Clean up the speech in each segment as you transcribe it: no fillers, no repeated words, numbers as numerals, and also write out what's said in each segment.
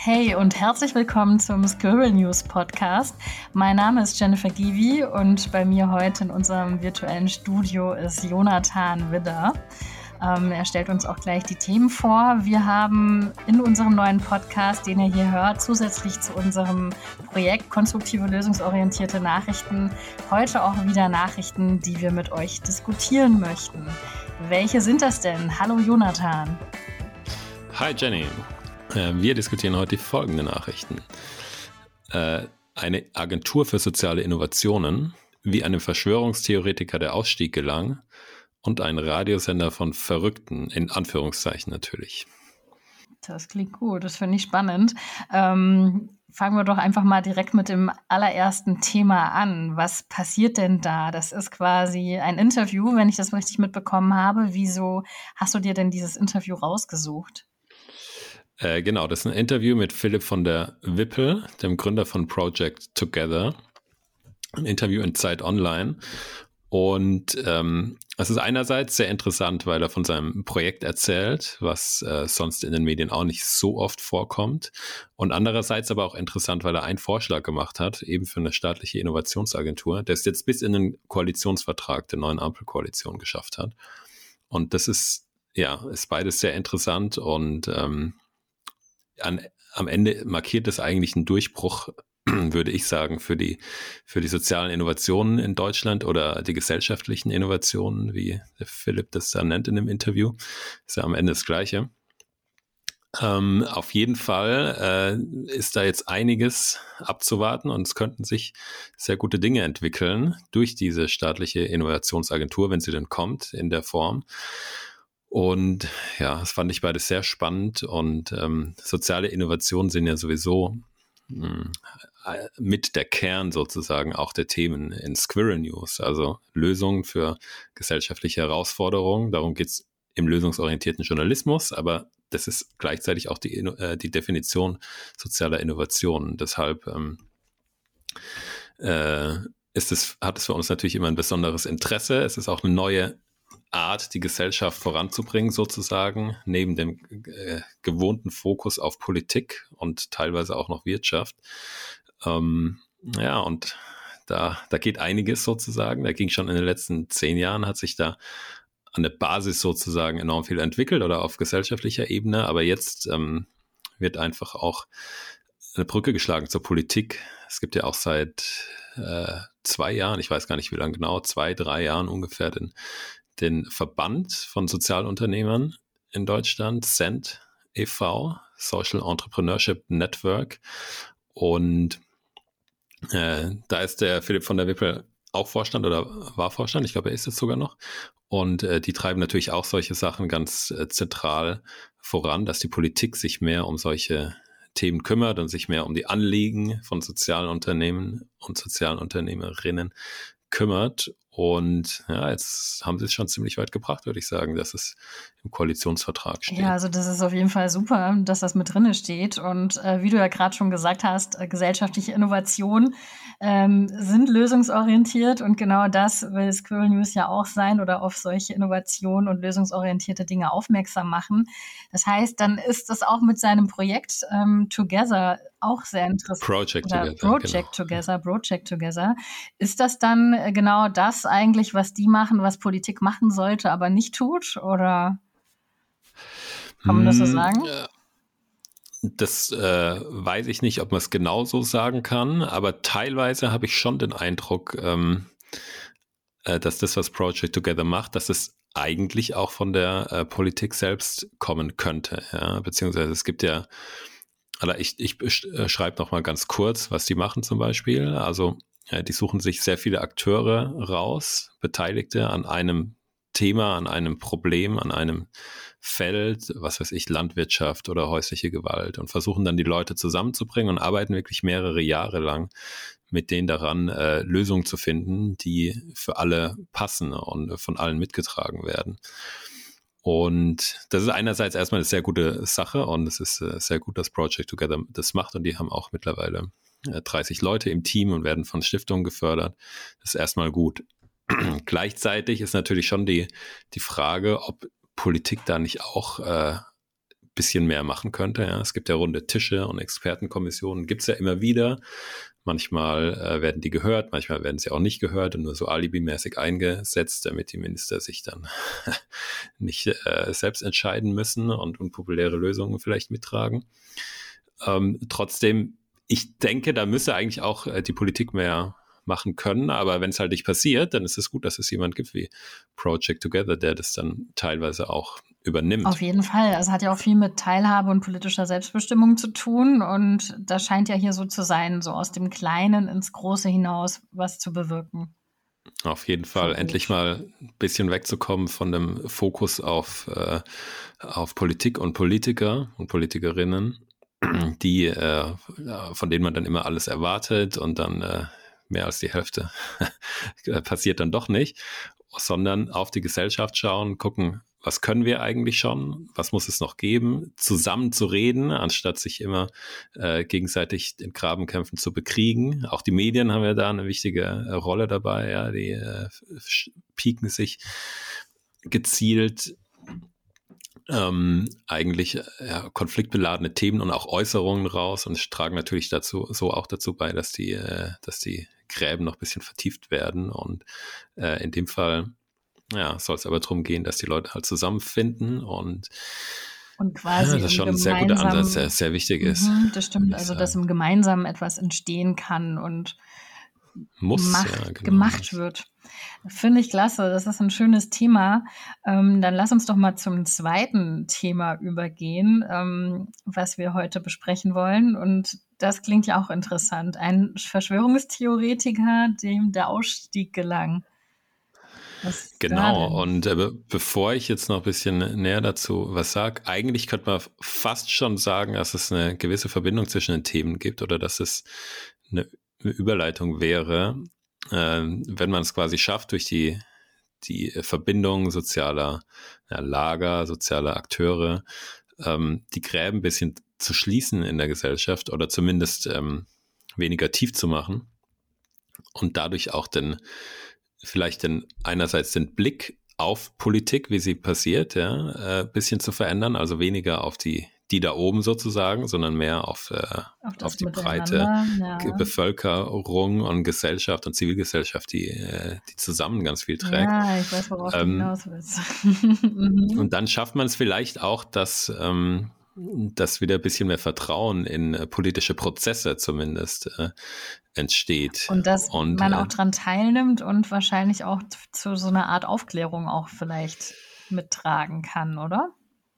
Hey und herzlich willkommen zum Squirrel News Podcast. Mein Name ist Jennifer Givi und bei mir heute in unserem virtuellen Studio ist Jonathan Widder. Er stellt uns auch gleich die Themen vor. Wir haben in unserem neuen Podcast, den ihr hier hört, zusätzlich zu unserem Projekt Konstruktive lösungsorientierte Nachrichten, heute auch wieder Nachrichten, die wir mit euch diskutieren möchten. Welche sind das denn? Hallo Jonathan. Hi Jenny. Wir diskutieren heute die folgenden Nachrichten. Eine Agentur für soziale Innovationen, wie einem Verschwörungstheoretiker der Ausstieg gelang, und ein Radiosender von Verrückten, in Anführungszeichen natürlich. Das klingt gut, das finde ich spannend. Fangen wir doch einfach mal direkt mit dem allerersten Thema an. Was passiert denn da? Das ist quasi ein Interview, wenn ich das richtig mitbekommen habe. Wieso hast du dir denn dieses Interview rausgesucht? Genau, das ist ein Interview mit Philipp von der Wippel, dem Gründer von Project Together. Ein Interview in Zeit Online. Und es ist einerseits sehr interessant, weil er von seinem Projekt erzählt, was sonst in den Medien auch nicht so oft vorkommt. Und andererseits aber auch interessant, weil er einen Vorschlag gemacht hat, eben für eine staatliche Innovationsagentur, der es jetzt bis in den Koalitionsvertrag der neuen Ampelkoalition geschafft hat. Und das ist beides sehr interessant und am Ende markiert es eigentlich einen Durchbruch, würde ich sagen, für die sozialen Innovationen in Deutschland oder die gesellschaftlichen Innovationen, wie der Philipp das da nennt in dem Interview. Ist ja am Ende das Gleiche. Auf jeden Fall ist da jetzt einiges abzuwarten und es könnten sich sehr gute Dinge entwickeln durch diese staatliche Innovationsagentur, wenn sie denn kommt in der Form. Und ja, das fand ich beides sehr spannend und soziale Innovationen sind ja sowieso mit der Kern sozusagen auch der Themen in Squirrel News, also Lösungen für gesellschaftliche Herausforderungen. Darum geht es im lösungsorientierten Journalismus, aber das ist gleichzeitig auch die Definition sozialer Innovationen. Deshalb hat es für uns natürlich immer ein besonderes Interesse. Es ist auch eine neue Art, die Gesellschaft voranzubringen sozusagen, neben dem gewohnten Fokus auf Politik und teilweise auch noch Wirtschaft. Und da geht einiges sozusagen. Da ging schon in den letzten 10 Jahren, hat sich da an der Basis sozusagen enorm viel entwickelt oder auf gesellschaftlicher Ebene. Aber jetzt wird einfach auch eine Brücke geschlagen zur Politik. Es gibt ja auch seit 2 Jahren, ich weiß gar nicht wie lange genau, 2, 3 Jahren ungefähr den Verband von Sozialunternehmern in Deutschland, SENT e.V., Social Entrepreneurship Network. Und da ist der Philipp von der Wippel auch Vorstand oder war Vorstand, ich glaube, er ist es sogar noch. Und die treiben natürlich auch solche Sachen ganz zentral voran, dass die Politik sich mehr um solche Themen kümmert und sich mehr um die Anliegen von sozialen Unternehmen und sozialen Unternehmerinnen kümmert. Und ja, jetzt haben sie es schon ziemlich weit gebracht, würde ich sagen, dass es im Koalitionsvertrag steht. Ja, also das ist auf jeden Fall super, dass das mit drinne steht. Und wie du ja gerade schon gesagt hast, gesellschaftliche Innovationen sind lösungsorientiert und genau das will Squirrel News ja auch sein oder auf solche Innovationen und lösungsorientierte Dinge aufmerksam machen. Das heißt, dann ist das auch mit seinem Projekt Together auch sehr interessant. Project Together. Ist das dann genau das eigentlich, was die machen, was Politik machen sollte, aber nicht tut? Oder kann man das so sagen? Das weiß ich nicht, ob man es genau so sagen kann, aber teilweise habe ich schon den Eindruck, dass das, was Project Together macht, dass es eigentlich auch von der Politik selbst kommen könnte. Ja? Beziehungsweise es gibt ja, ich schreibe noch mal ganz kurz, was die machen zum Beispiel. Also die suchen sich sehr viele Akteure raus, Beteiligte an einem Thema, an einem Problem, an einem Feld, was weiß ich, Landwirtschaft oder häusliche Gewalt und versuchen dann die Leute zusammenzubringen und arbeiten wirklich mehrere Jahre lang mit denen daran, Lösungen zu finden, die für alle passen und von allen mitgetragen werden. Und das ist einerseits erstmal eine sehr gute Sache und es ist sehr gut, dass Project Together das macht und die haben auch mittlerweile 30 Leute im Team und werden von Stiftungen gefördert. Das ist erstmal gut. Gleichzeitig ist natürlich schon die Frage, ob Politik da nicht auch bisschen mehr machen könnte. Ja. Es gibt ja runde Tische und Expertenkommissionen, gibt es ja immer wieder. Manchmal werden die gehört, manchmal werden sie auch nicht gehört und nur so alibimäßig eingesetzt, damit die Minister sich dann nicht selbst entscheiden müssen und unpopuläre Lösungen vielleicht mittragen. Trotzdem, ich denke, da müsste eigentlich auch die Politik mehr machen können, aber wenn es halt nicht passiert, dann ist es gut, dass es jemand gibt wie Project Together, der das dann teilweise auch übernimmt. Auf jeden Fall. Es hat ja auch viel mit Teilhabe und politischer Selbstbestimmung zu tun und das scheint ja hier so zu sein, so aus dem Kleinen ins Große hinaus was zu bewirken. Auf jeden Fall endlich mal ein bisschen wegzukommen von dem Fokus auf Politik und Politiker und Politikerinnen, die von denen man dann immer alles erwartet und dann mehr als die Hälfte passiert dann doch nicht, sondern auf die Gesellschaft schauen, gucken, was können wir eigentlich schon, was muss es noch geben, zusammen zu reden, anstatt sich immer gegenseitig in Grabenkämpfen zu bekriegen. Auch die Medien haben ja da eine wichtige Rolle dabei, ja, die pieken sich gezielt eigentlich konfliktbeladene Themen und auch Äußerungen raus und tragen natürlich dazu bei, dass die Gräben noch ein bisschen vertieft werden und in dem Fall soll es aber darum gehen, dass die Leute halt zusammenfinden und quasi das ist schon ein sehr guter Ansatz, der sehr wichtig ist. Das stimmt, also dass im Gemeinsamen etwas entstehen kann und gemacht wird. Finde ich klasse, das ist ein schönes Thema. Dann lass uns doch mal zum zweiten Thema übergehen, was wir heute besprechen wollen. Und das klingt ja auch interessant. Ein Verschwörungstheoretiker, dem der Ausstieg gelang. Genau, und bevor ich jetzt noch ein bisschen näher dazu was sage, eigentlich könnte man fast schon sagen, dass es eine gewisse Verbindung zwischen den Themen gibt oder dass es eine Überleitung wäre, wenn man es quasi schafft, durch die Verbindung sozialer Lager, sozialer Akteure, die Gräben ein bisschen zu schließen in der Gesellschaft oder zumindest weniger tief zu machen und dadurch auch vielleicht einerseits den Blick auf Politik, wie sie passiert, ein bisschen zu verändern, also weniger auf die da oben sozusagen, sondern mehr auf die breite Bevölkerung und Gesellschaft und Zivilgesellschaft, die zusammen ganz viel trägt. Ja, ich weiß, worauf du hinaus willst. Und dann schafft man es vielleicht auch, dass wieder ein bisschen mehr Vertrauen in politische Prozesse zumindest entsteht. Und dass man auch dran teilnimmt und wahrscheinlich auch zu so einer Art Aufklärung auch vielleicht mittragen kann, oder?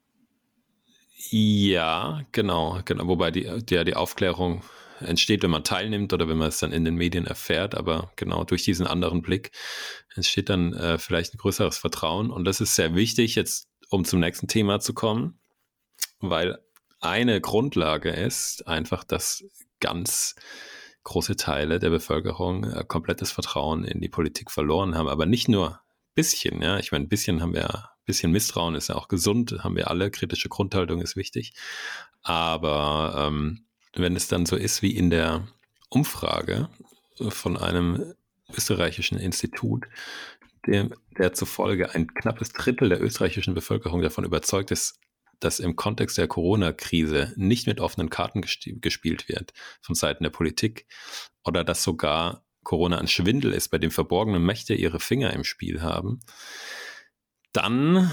Ja, genau. Wobei die Aufklärung entsteht, wenn man teilnimmt oder wenn man es dann in den Medien erfährt. Aber genau durch diesen anderen Blick entsteht dann vielleicht ein größeres Vertrauen. Und das ist sehr wichtig, jetzt um zum nächsten Thema zu kommen, weil eine Grundlage ist einfach, dass ganz große Teile der Bevölkerung komplettes Vertrauen in die Politik verloren haben. Aber nicht nur ein bisschen. Ja, ich meine, ein bisschen Misstrauen ist ja auch gesund, haben wir alle, kritische Grundhaltung ist wichtig. Aber wenn es dann so ist wie in der Umfrage von einem österreichischen Institut, der zufolge ein knappes Drittel der österreichischen Bevölkerung davon überzeugt ist, dass im Kontext der Corona-Krise nicht mit offenen Karten gespielt wird von Seiten der Politik oder dass sogar Corona ein Schwindel ist, bei dem verborgene Mächte ihre Finger im Spiel haben, dann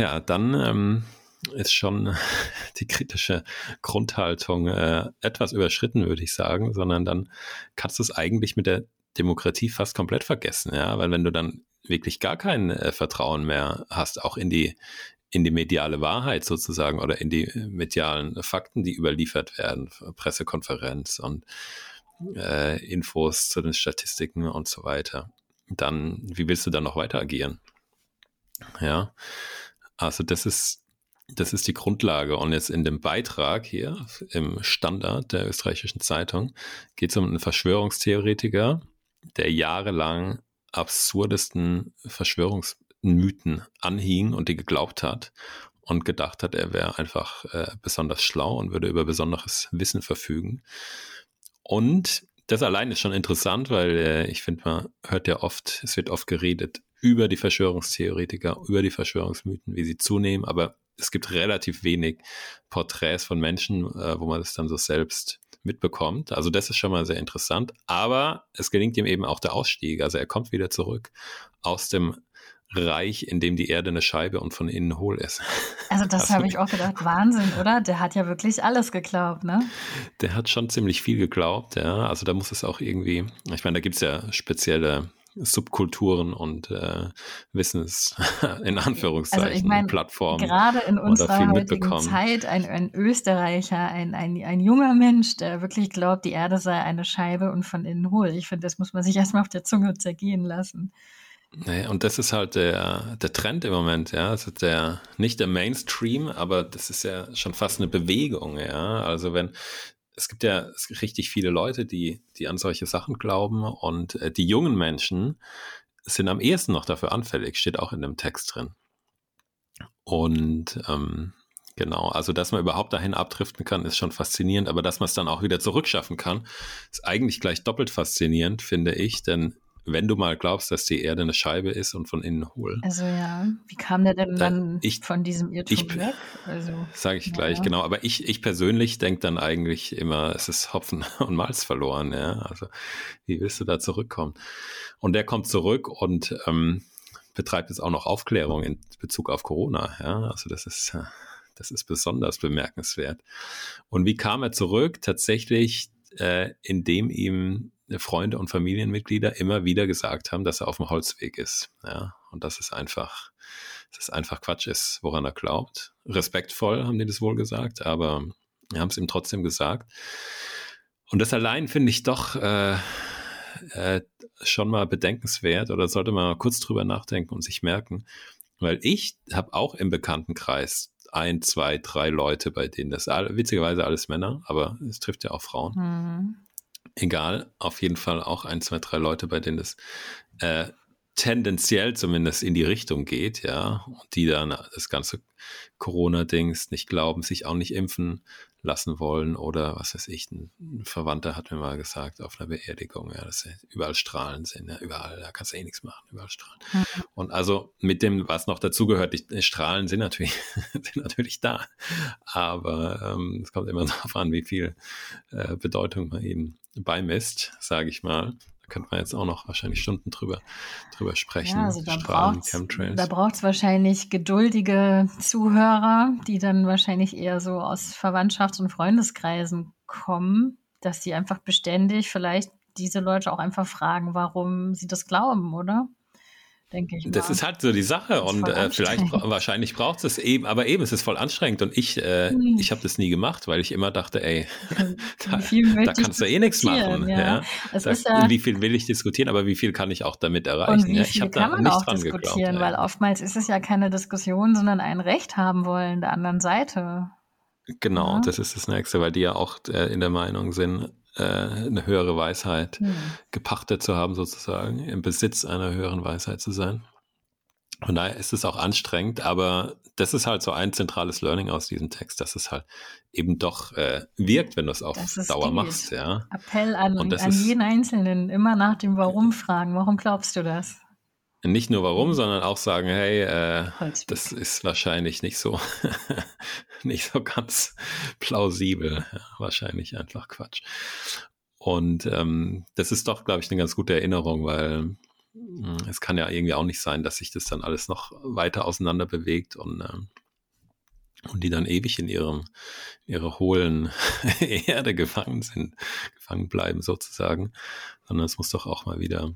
ist schon die kritische Grundhaltung etwas überschritten, würde ich sagen, sondern dann kannst du es eigentlich mit der Demokratie fast komplett vergessen, ja, weil wenn du dann wirklich gar kein Vertrauen mehr hast, auch in die mediale Wahrheit sozusagen oder in die medialen Fakten, die überliefert werden, Pressekonferenz und Infos zu den Statistiken und so weiter, dann, wie willst du dann noch weiter agieren? Ja, also das ist die Grundlage. Und jetzt in dem Beitrag hier im Standard der österreichischen Zeitung geht es um einen Verschwörungstheoretiker, der jahrelang absurdesten Verschwörungsmythen anhing und die geglaubt hat und gedacht hat, er wäre einfach besonders schlau und würde über besonderes Wissen verfügen. Und das allein ist schon interessant, weil ich finde, man hört ja es wird oft geredet über die Verschwörungstheoretiker, über die Verschwörungsmythen, wie sie zunehmen, aber es gibt relativ wenig Porträts von Menschen, wo man das dann so selbst mitbekommt. Also das ist schon mal sehr interessant. Aber es gelingt ihm eben auch der Ausstieg. Also er kommt wieder zurück aus dem Reich, in dem die Erde eine Scheibe und von innen hohl ist. Also das habe ich auch gedacht, Wahnsinn, oder? Der hat ja wirklich alles geglaubt, ne? Der hat schon ziemlich viel geglaubt, ja. Also da muss es auch irgendwie, ich meine, da gibt es ja spezielle Subkulturen und Wissens, in Anführungszeichen, Also ich meine, Plattformen, gerade in wo man da unserer viel heutigen mitbekommt. Zeit, ein Österreicher, ein junger Mensch, der wirklich glaubt, die Erde sei eine Scheibe und von innen hohl. Ich finde, das muss man sich erstmal auf der Zunge zergehen lassen. Nee, und das ist halt der Trend im Moment, ja. Also nicht der Mainstream, aber das ist ja schon fast eine Bewegung, ja. Also es gibt ja richtig viele Leute, die an solche Sachen glauben und die jungen Menschen sind am ehesten noch dafür anfällig, steht auch in dem Text drin. Und genau, also dass man überhaupt dahin abdriften kann, ist schon faszinierend, aber dass man es dann auch wieder zurückschaffen kann, ist eigentlich gleich doppelt faszinierend, finde ich, denn wenn du mal glaubst, dass die Erde eine Scheibe ist und von innen hohl. Also ja, wie kam der denn dann Ich, von diesem Irrtum ich weg? Also, sage ich gleich, ja. genau. Aber ich persönlich denke dann eigentlich immer, es ist Hopfen und Malz verloren. Ja? Also wie willst du da zurückkommen? Und der kommt zurück und betreibt jetzt auch noch Aufklärung in Bezug auf Corona. Ja? Also das ist besonders bemerkenswert. Und wie kam er zurück? Tatsächlich, indem ihm Freunde und Familienmitglieder immer wieder gesagt haben, dass er auf dem Holzweg ist. Ja? Und dass es einfach Quatsch ist, woran er glaubt. Respektvoll haben die das wohl gesagt, aber wir haben es ihm trotzdem gesagt. Und das allein finde ich doch schon mal bedenkenswert oder sollte man mal kurz drüber nachdenken und sich merken, weil ich habe auch im Bekanntenkreis 1, 2, 3 Leute, bei denen das witzigerweise alles Männer, aber es trifft ja auch Frauen. Mhm. Egal, auf jeden Fall auch 1, 2, 3 Leute, bei denen das tendenziell zumindest in die Richtung geht, ja, und die dann das ganze Corona-Dings nicht glauben, sich auch nicht impfen lassen wollen oder was weiß ich, ein Verwandter hat mir mal gesagt auf einer Beerdigung, ja, dass überall Strahlen sind, ja, überall, da kannst du eh nichts machen, überall Strahlen. Mhm. Und also mit dem, was noch dazugehört, die Strahlen sind natürlich da, aber es kommt immer darauf an, wie viel Bedeutung man ihnen beimisst, sage ich mal. Könnte man jetzt auch noch wahrscheinlich Stunden drüber sprechen. Ja, also Strahlen, Chemtrails. da braucht es wahrscheinlich geduldige Zuhörer, die dann wahrscheinlich eher so aus Verwandtschafts- und Freundeskreisen kommen, dass die einfach beständig vielleicht diese Leute auch einfach fragen, warum sie das glauben, oder? Denke ich mal. Das ist halt so die Sache und anstrengend. wahrscheinlich braucht es eben, aber eben, es ist voll anstrengend und ich habe das nie gemacht, weil ich immer dachte, ey, Wie viel da möchte ich kannst du eh nichts diskutieren, machen. ja. Ja? Es ist ja, Wie viel will ich diskutieren, aber wie viel kann ich auch damit und erreichen? wie Ja? Ich viel habe kann da man nicht auch dran geglaubt. diskutieren, weil oftmals ist es ja keine Diskussion, sondern ein Recht haben wollen der anderen Seite. Genau, Ja. das ist das Nächste, weil die ja auch in der Meinung sind, eine höhere Weisheit gepachtet zu haben, sozusagen, im Besitz einer höheren Weisheit zu sein. Von daher ist es auch anstrengend, aber das ist halt so ein zentrales Learning aus diesem Text, dass es halt eben doch wirkt, wenn du es auf Dass es Dauer geht. machst. Ja. Appell Und das an ist jeden Einzelnen, immer nach dem Warum fragen. Warum glaubst du das? nicht nur warum, sondern auch sagen, hey, Holzweg. das ist wahrscheinlich nicht so, nicht so ganz plausibel. Ja, wahrscheinlich einfach Quatsch. Und das ist doch, glaube ich, eine ganz gute Erinnerung, weil es kann ja irgendwie auch nicht sein, dass sich das dann alles noch weiter auseinander bewegt und die dann ewig in ihrer hohlen Erde gefangen bleiben sozusagen, sondern es muss doch auch mal wieder,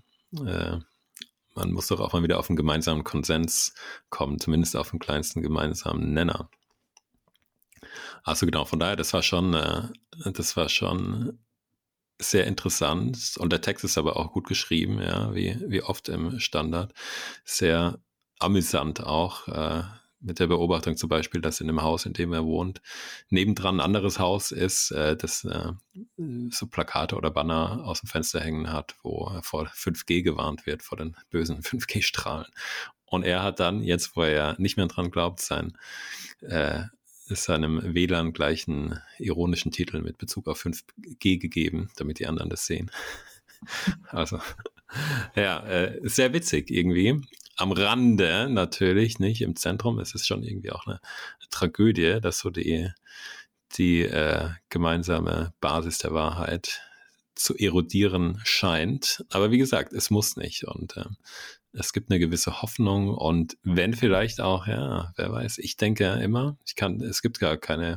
man muss doch auch mal wieder auf einen gemeinsamen Konsens kommen, zumindest auf den kleinsten gemeinsamen Nenner. Also genau, von daher, das war schon sehr interessant und der Text ist aber auch gut geschrieben, ja, wie oft im Standard. Sehr amüsant auch, mit der Beobachtung zum Beispiel, dass in dem Haus, in dem er wohnt, nebendran ein anderes Haus ist, das so Plakate oder Banner aus dem Fenster hängen hat, wo vor 5G gewarnt wird, vor den bösen 5G-Strahlen. Und er hat dann, jetzt wo er ja nicht mehr dran glaubt, seinem WLAN gleichen ironischen Titel mit Bezug auf 5G gegeben, damit die anderen das sehen. Also, ja, sehr witzig irgendwie. am Rande natürlich, nicht im Zentrum. Es ist schon irgendwie auch eine Tragödie, dass so die gemeinsame Basis der Wahrheit zu erodieren scheint. Aber wie gesagt, es muss nicht. Und es gibt eine gewisse Hoffnung. Und wenn vielleicht auch, ja, wer weiß, ich denke immer, es gibt gar keine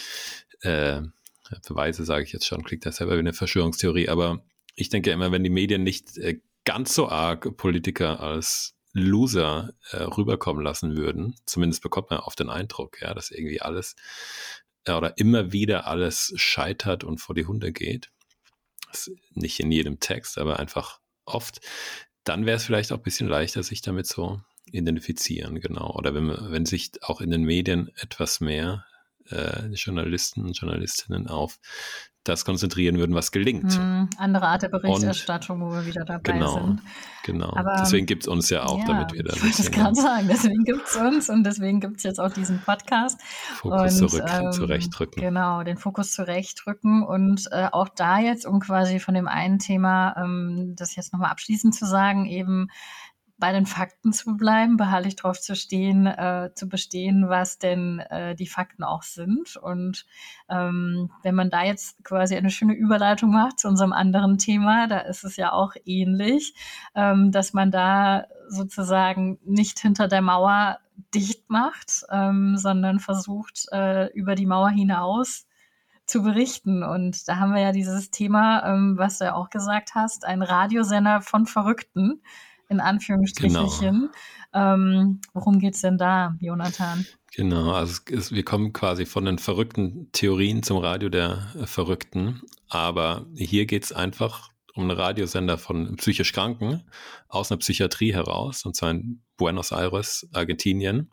Beweise, sage ich jetzt schon, klingt das selber wie eine Verschwörungstheorie, aber ich denke immer, wenn die Medien nicht ganz so arg Politiker als Loser rüberkommen lassen würden, zumindest bekommt man oft den Eindruck, ja, dass irgendwie alles oder immer wieder alles scheitert und vor die Hunde geht. Das nicht in jedem Text, aber einfach oft. Dann wäre es vielleicht auch ein bisschen leichter, sich damit so identifizieren, genau. Oder wenn sich auch in den Medien etwas mehr Journalisten und Journalistinnen auf das konzentrieren würden, was gelingt. Andere Art der Berichterstattung, wo wir wieder dabei sind. Genau. Aber deswegen gibt es uns ja auch, damit wir da ich wollte es gerade sagen, deswegen gibt es uns und deswegen gibt es jetzt auch diesen Podcast. Fokus zurechtrücken. Genau, den Fokus zurechtrücken und auch da jetzt, um quasi von dem einen Thema, das jetzt nochmal abschließend zu sagen, eben bei den Fakten zu bleiben, beharrlich drauf zu bestehen, was denn die Fakten auch sind. Und wenn man da jetzt quasi eine schöne Überleitung macht zu unserem anderen Thema, da ist es ja auch ähnlich, dass man da sozusagen nicht hinter der Mauer dicht macht, sondern versucht, über die Mauer hinaus zu berichten. Und da haben wir ja dieses Thema, was du ja auch gesagt hast, ein Radiosender von Verrückten, in Anführungsstrichelchen. Genau. Worum geht's denn da, Jonathan? Genau, also wir kommen quasi von den verrückten Theorien zum Radio der Verrückten, aber hier geht's einfach um einen Radiosender von psychisch Kranken aus einer Psychiatrie heraus, und zwar in Buenos Aires, Argentinien.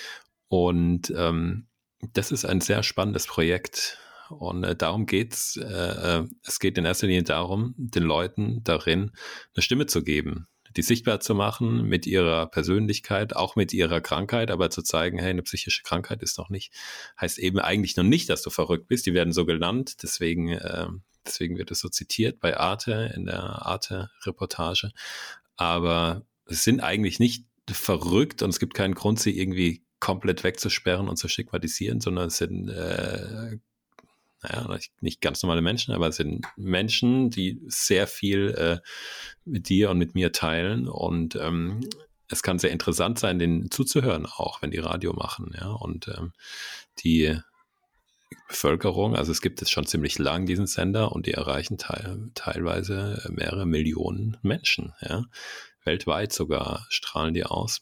Und das ist ein sehr spannendes Projekt. Und darum geht's. Es geht in erster Linie darum, den Leuten darin eine Stimme zu geben, die sichtbar zu machen mit ihrer Persönlichkeit, auch mit ihrer Krankheit, aber zu zeigen, hey, eine psychische Krankheit ist noch nicht, heißt eben eigentlich noch nicht, dass du verrückt bist. Die werden so genannt, deswegen wird es so zitiert bei Arte, in der Arte-Reportage. Aber es sind eigentlich nicht verrückt und es gibt keinen Grund, sie irgendwie komplett wegzusperren und zu stigmatisieren, sondern es sind nicht ganz normale Menschen, aber es sind Menschen, die sehr viel mit dir und mit mir teilen, und es kann sehr interessant sein, denen zuzuhören, auch wenn die Radio machen, ja, und die Bevölkerung, also es gibt es schon ziemlich lang, diesen Sender, und die erreichen teilweise mehrere Millionen Menschen, ja, weltweit sogar strahlen die aus.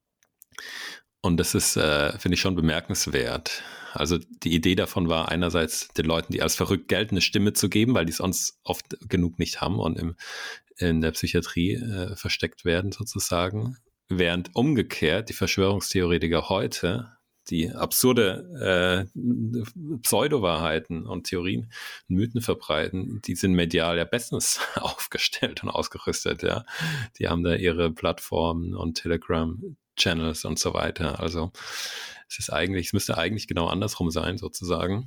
Und das ist, finde ich, schon bemerkenswert. Also die Idee davon war einerseits, den Leuten, die als verrückt gelten, eine Stimme zu geben, weil die es sonst oft genug nicht haben und in der Psychiatrie versteckt werden sozusagen. Während umgekehrt die Verschwörungstheoretiker heute die absurde Pseudowahrheiten und Theorien und Mythen verbreiten, die sind medial ja bestens aufgestellt und ausgerüstet. Ja, die haben da ihre Plattformen und Telegram-Channels und so weiter. Also es müsste eigentlich genau andersrum sein, sozusagen.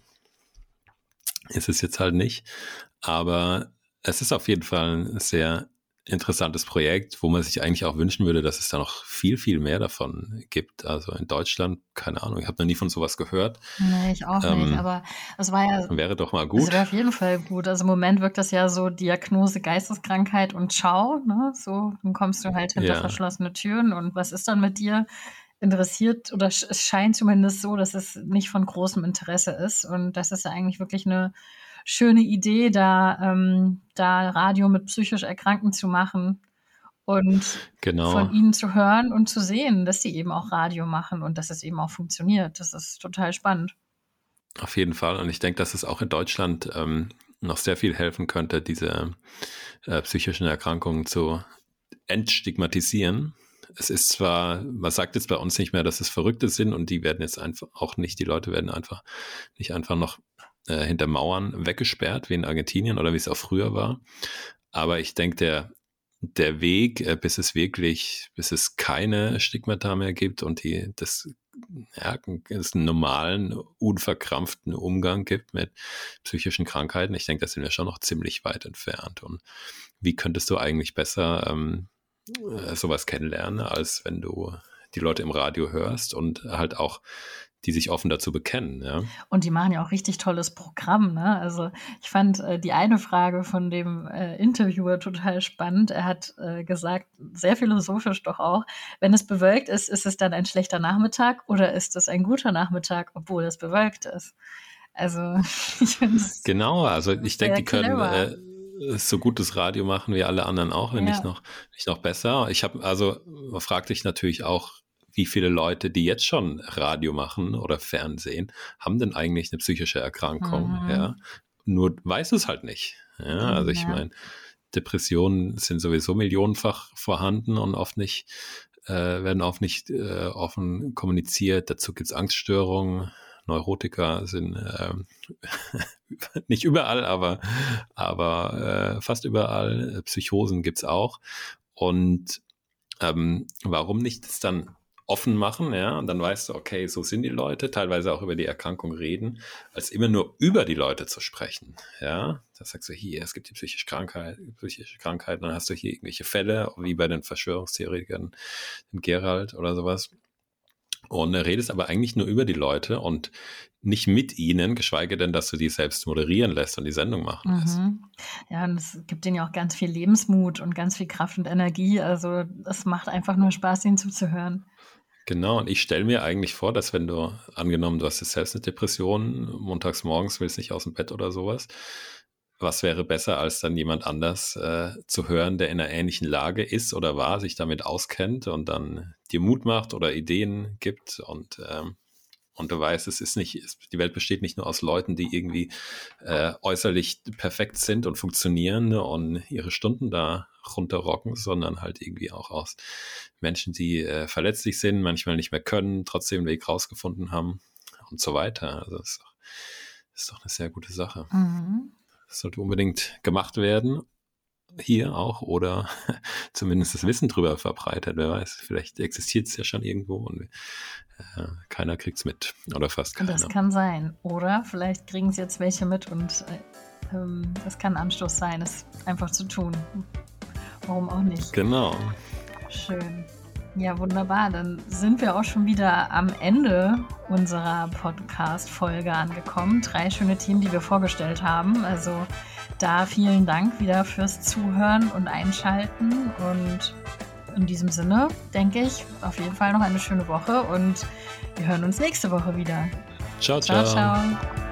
Ist es jetzt halt nicht. Aber es ist auf jeden Fall ein sehr interessantes Projekt, wo man sich eigentlich auch wünschen würde, dass es da noch viel, viel mehr davon gibt. Also in Deutschland, keine Ahnung, ich habe noch nie von sowas gehört. Nee, ich auch nicht, aber es war ja... Wäre doch mal gut. Es wäre auf jeden Fall gut. Also im Moment wirkt das ja so Diagnose Geisteskrankheit und ciao, ne? So, dann kommst du halt hinter verschlossene Türen und was ist dann mit dir? Interessiert, oder es scheint zumindest so, dass es nicht von großem Interesse ist, und das ist ja eigentlich wirklich eine schöne Idee, da Radio mit psychisch Erkrankten zu machen und von ihnen zu hören und zu sehen, dass sie eben auch Radio machen und dass es eben auch funktioniert. Das ist total spannend. Auf jeden Fall. Und ich denke, dass es auch in Deutschland noch sehr viel helfen könnte, diese psychischen Erkrankungen zu entstigmatisieren. Es ist zwar, man sagt jetzt bei uns nicht mehr, dass es Verrückte sind, und die werden jetzt einfach auch nicht, die Leute werden nicht einfach noch hinter Mauern weggesperrt, wie in Argentinien oder wie es auch früher war. Aber ich denke, der Weg, bis es keine Stigmata mehr gibt und es einen normalen, unverkrampften Umgang gibt mit psychischen Krankheiten, ich denke, da sind wir schon noch ziemlich weit entfernt. Und wie könntest du eigentlich besser sowas kennenlerne, als wenn du die Leute im Radio hörst und halt auch die sich offen dazu bekennen. Ja. Und die machen ja auch richtig tolles Programm. Ne? Also ich fand die eine Frage von dem Interviewer total spannend. Er hat gesagt, sehr philosophisch doch auch, wenn es bewölkt ist, ist es dann ein schlechter Nachmittag oder ist es ein guter Nachmittag, obwohl es bewölkt ist? Also ich finde es genau, also ich denke, die können clever. so gutes Radio machen wie alle anderen auch, wenn nicht noch besser. Man fragt sich natürlich auch, wie viele Leute, die jetzt schon Radio machen oder Fernsehen, haben denn eigentlich eine psychische Erkrankung? Mhm. Ja, nur weiß es halt nicht. Ja, also ich meine, Depressionen sind sowieso millionenfach vorhanden und werden oft nicht offen kommuniziert. Dazu gibt es Angststörungen. Neurotiker sind nicht überall, aber fast überall. Psychosen gibt's auch. Und warum nicht das dann offen machen, ja, und dann weißt du, okay, so sind die Leute, teilweise auch über die Erkrankung reden, als immer nur über die Leute zu sprechen, ja. Da sagst du, hier, es gibt die psychische Krankheit, dann hast du hier irgendwelche Fälle, wie bei den Verschwörungstheoretikern, den Gerald oder sowas. Und du redest aber eigentlich nur über die Leute und nicht mit ihnen, geschweige denn, dass du die selbst moderieren lässt und die Sendung machen lässt. Ja, und es gibt denen ja auch ganz viel Lebensmut und ganz viel Kraft und Energie. Also es macht einfach nur Spaß, ihnen zuzuhören. Genau, und ich stelle mir eigentlich vor, dass wenn du, angenommen, du hast jetzt selbst eine Depression, montags morgens willst nicht aus dem Bett oder sowas, was wäre besser, als dann jemand anders zu hören, der in einer ähnlichen Lage ist oder war, sich damit auskennt und dann dir Mut macht oder Ideen gibt und du weißt, die Welt besteht nicht nur aus Leuten, die irgendwie äußerlich perfekt sind und funktionieren und ihre Stunden da runterrocken, sondern halt irgendwie auch aus Menschen, die verletzlich sind, manchmal nicht mehr können, trotzdem einen Weg rausgefunden haben und so weiter. Also das ist doch eine sehr gute Sache. Das sollte unbedingt gemacht werden, hier auch, oder zumindest das Wissen drüber verbreitet. Wer weiß, vielleicht existiert es ja schon irgendwo und keiner kriegt es mit oder fast keiner. Das kann sein. Oder vielleicht kriegen es jetzt welche mit und das kann ein Anstoß sein, es einfach zu tun. Warum auch nicht? Genau. Schön. Ja, wunderbar. Dann sind wir auch schon wieder am Ende unserer Podcast-Folge angekommen. 3 schöne Themen, die wir vorgestellt haben. Also da vielen Dank wieder fürs Zuhören und Einschalten. Und in diesem Sinne denke ich auf jeden Fall noch eine schöne Woche und wir hören uns nächste Woche wieder. Ciao, ciao. Ciao, ciao.